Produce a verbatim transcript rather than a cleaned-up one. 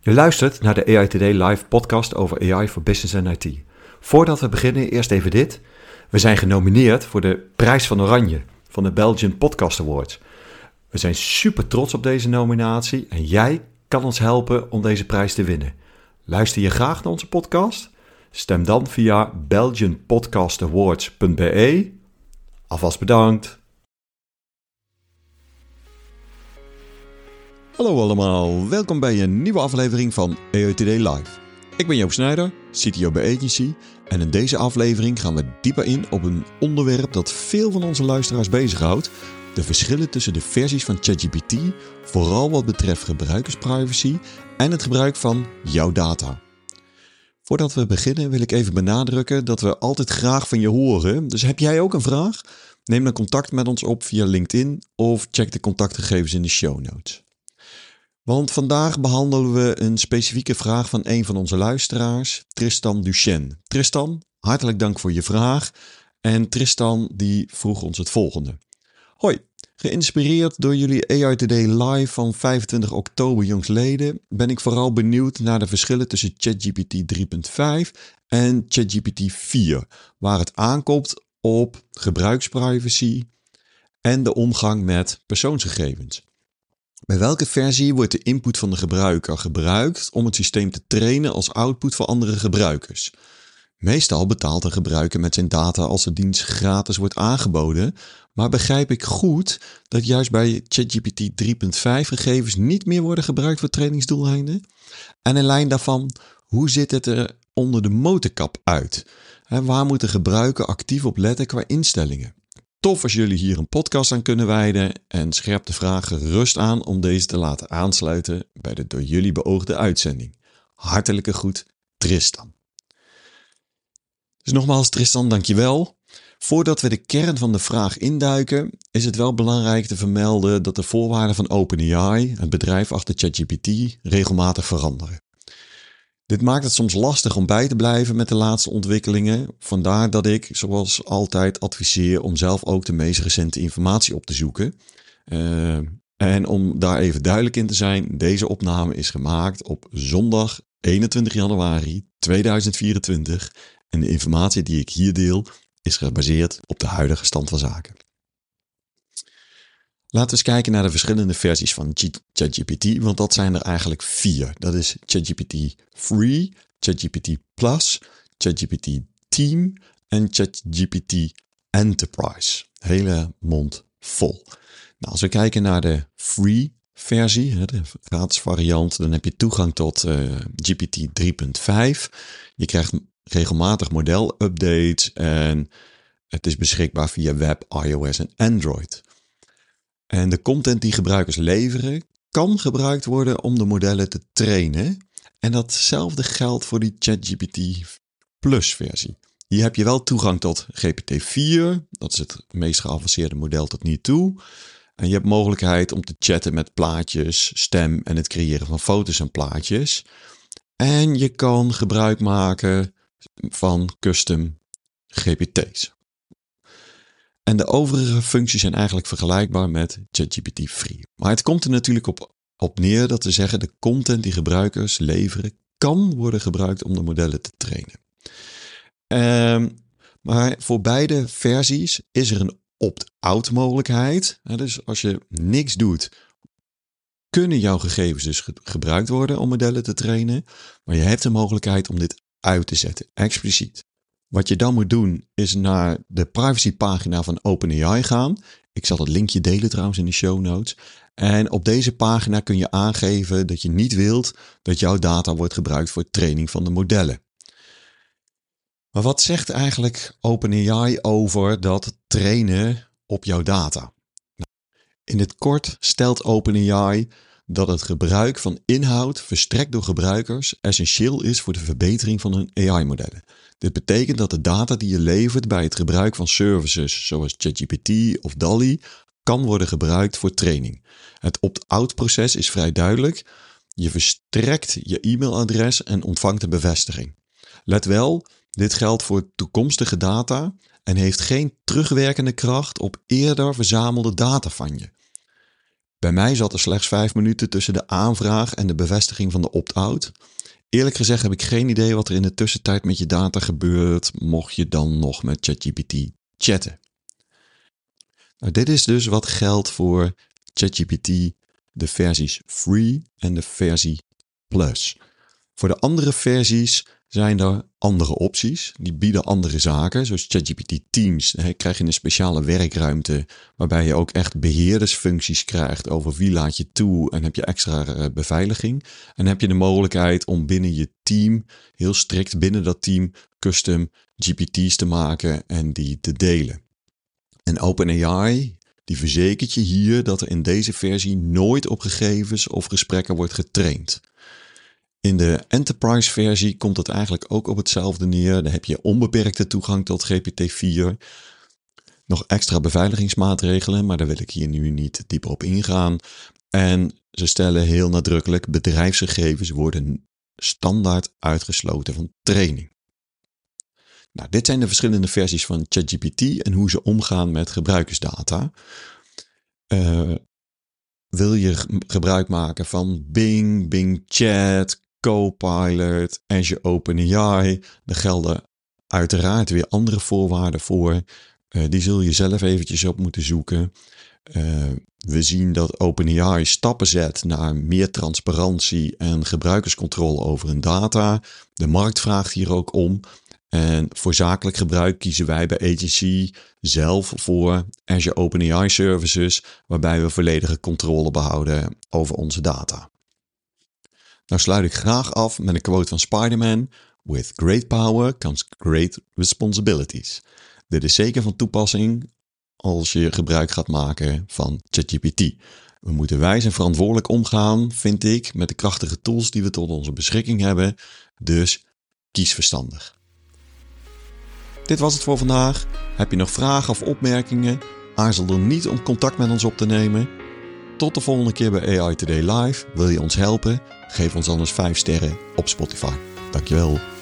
Je luistert naar de A I Today Live podcast over A I voor Business en I T. Voordat we beginnen, eerst even dit. We zijn genomineerd voor de Prijs van Oranje van de Belgian Podcast Awards. We zijn super trots op deze nominatie en jij kan ons helpen om deze prijs te winnen. Luister je graag naar onze podcast? Stem dan via belgian podcast awards punt b e. Alvast bedankt. Hallo allemaal, welkom bij een nieuwe aflevering van A I Today Live. Ik ben Joop Snijder, C T O bij Agency en in deze aflevering gaan we dieper in op een onderwerp dat veel van onze luisteraars bezighoudt: de verschillen tussen de versies van ChatGPT, vooral wat betreft gebruikersprivacy en het gebruik van jouw data. Voordat we beginnen wil ik even benadrukken dat we altijd graag van je horen, dus heb jij ook een vraag? Neem dan contact met ons op via LinkedIn of check de contactgegevens in de show notes. Want vandaag behandelen we een specifieke vraag van een van onze luisteraars, Tristan Duchenne. Tristan, hartelijk dank voor je vraag. En Tristan die vroeg ons het volgende. Hoi, geïnspireerd door jullie A I Today Live van vijfentwintig oktober jongstleden ben ik vooral benieuwd naar de verschillen tussen ChatGPT drie punt vijf en ChatGPT vier, waar het aankomt op gebruiksprivacy en de omgang met persoonsgegevens. Bij welke versie wordt de input van de gebruiker gebruikt om het systeem te trainen als output voor andere gebruikers? Meestal betaalt de gebruiker met zijn data als de dienst gratis wordt aangeboden, maar begrijp ik goed dat juist bij ChatGPT drie punt vijf gegevens niet meer worden gebruikt voor trainingsdoeleinden? En in lijn daarvan, hoe ziet het er onder de motorkap uit? En waar moet de gebruiker actief op letten qua instellingen? Tof als jullie hier een podcast aan kunnen wijden en scherp de vraag gerust aan om deze te laten aansluiten bij de door jullie beoogde uitzending. Hartelijke groet, Tristan. Dus nogmaals Tristan, dankjewel. Voordat we de kern van de vraag induiken, is het wel belangrijk te vermelden dat de voorwaarden van OpenAI, het bedrijf achter ChatGPT, regelmatig veranderen. Dit maakt het soms lastig om bij te blijven met de laatste ontwikkelingen. Vandaar dat ik, zoals altijd, adviseer om zelf ook de meest recente informatie op te zoeken. Uh, en om daar even duidelijk in te zijn, deze opname is gemaakt op zondag eenentwintig januari tweeduizend vierentwintig. En de informatie die ik hier deel is gebaseerd op de huidige stand van zaken. Laten we eens kijken naar de verschillende versies van ChatGPT, want dat zijn er eigenlijk vier. Dat is ChatGPT Free, ChatGPT Plus, ChatGPT Team en ChatGPT Enterprise. Hele mond vol. Nou, als we kijken naar de Free versie, de gratis variant, dan heb je toegang tot uh, G P T drie punt vijf. Je krijgt regelmatig modelupdates en het is beschikbaar via web, iOS en Android. En de content die gebruikers leveren kan gebruikt worden om de modellen te trainen. En datzelfde geldt voor die ChatGPT Plus versie. Hier heb je wel toegang tot G P T vier. Dat is het meest geavanceerde model tot nu toe. En je hebt mogelijkheid om te chatten met plaatjes, stem en het creëren van foto's en plaatjes. En je kan gebruik maken van custom G P T's. En de overige functies zijn eigenlijk vergelijkbaar met ChatGPT Free. Maar het komt er natuurlijk op, op neer dat we zeggen de content die gebruikers leveren kan worden gebruikt om de modellen te trainen. Um, maar voor beide versies is er een opt-out mogelijkheid. Dus als je niks doet, kunnen jouw gegevens dus ge- gebruikt worden om modellen te trainen. Maar je hebt de mogelijkheid om dit uit te zetten, expliciet. Wat je dan moet doen is naar de privacypagina van OpenAI gaan. Ik zal het linkje delen trouwens in de show notes. En op deze pagina kun je aangeven dat je niet wilt dat jouw data wordt gebruikt voor training van de modellen. Maar wat zegt eigenlijk OpenAI over dat trainen op jouw data? In het kort stelt OpenAI dat het gebruik van inhoud verstrekt door gebruikers essentieel is voor de verbetering van hun A I-modellen. Dit betekent dat de data die je levert bij het gebruik van services zoals ChatGPT of DALL-E kan worden gebruikt voor training. Het opt-out proces is vrij duidelijk. Je verstrekt je e-mailadres en ontvangt een bevestiging. Let wel, dit geldt voor toekomstige data en heeft geen terugwerkende kracht op eerder verzamelde data van je. Bij mij zat er slechts vijf minuten tussen de aanvraag en de bevestiging van de opt-out. Eerlijk gezegd heb ik geen idee wat er in de tussentijd met je data gebeurt, mocht je dan nog met ChatGPT chatten. Nou, dit is dus wat geldt voor ChatGPT, de versies Free en de versie Plus. Voor de andere versies zijn er andere opties. Die bieden andere zaken, zoals ChatGPT Teams. Dan krijg je een speciale werkruimte waarbij je ook echt beheerdersfuncties krijgt over wie laat je toe en heb je extra beveiliging. En heb je de mogelijkheid om binnen je team, heel strikt binnen dat team, custom G P T's te maken en die te delen. En OpenAI, die verzekert je hier dat er in deze versie nooit op gegevens of gesprekken wordt getraind. In de Enterprise versie komt het eigenlijk ook op hetzelfde neer. Dan heb je onbeperkte toegang tot G P T vier. Nog extra beveiligingsmaatregelen, maar daar wil ik hier nu niet dieper op ingaan. En ze stellen heel nadrukkelijk, bedrijfsgegevens worden standaard uitgesloten van training. Nou, dit zijn de verschillende versies van ChatGPT en hoe ze omgaan met gebruikersdata. Uh, wil je gebruik maken van Bing, Bing Chat, Copilot, Azure OpenAI, daar gelden uiteraard weer andere voorwaarden voor. Uh, die zul je zelf eventjes op moeten zoeken. Uh, we zien dat OpenAI stappen zet naar meer transparantie en gebruikerscontrole over hun data. De markt vraagt hier ook om. En voor zakelijk gebruik kiezen wij bij Agency zelf voor Azure OpenAI Services, waarbij we volledige controle behouden over onze data. Nou sluit ik graag af met een quote van Spider-Man: "With great power comes great responsibilities." Dit is zeker van toepassing als je gebruik gaat maken van ChatGPT. We moeten wijs en verantwoordelijk omgaan, vind ik, met de krachtige tools die we tot onze beschikking hebben. Dus kies verstandig. Dit was het voor vandaag. Heb je nog vragen of opmerkingen? Aarzel dan niet om contact met ons op te nemen. Tot de volgende keer bij A I Today Live. Wil je ons helpen? Geef ons anders vijf sterren op Spotify. Dankjewel.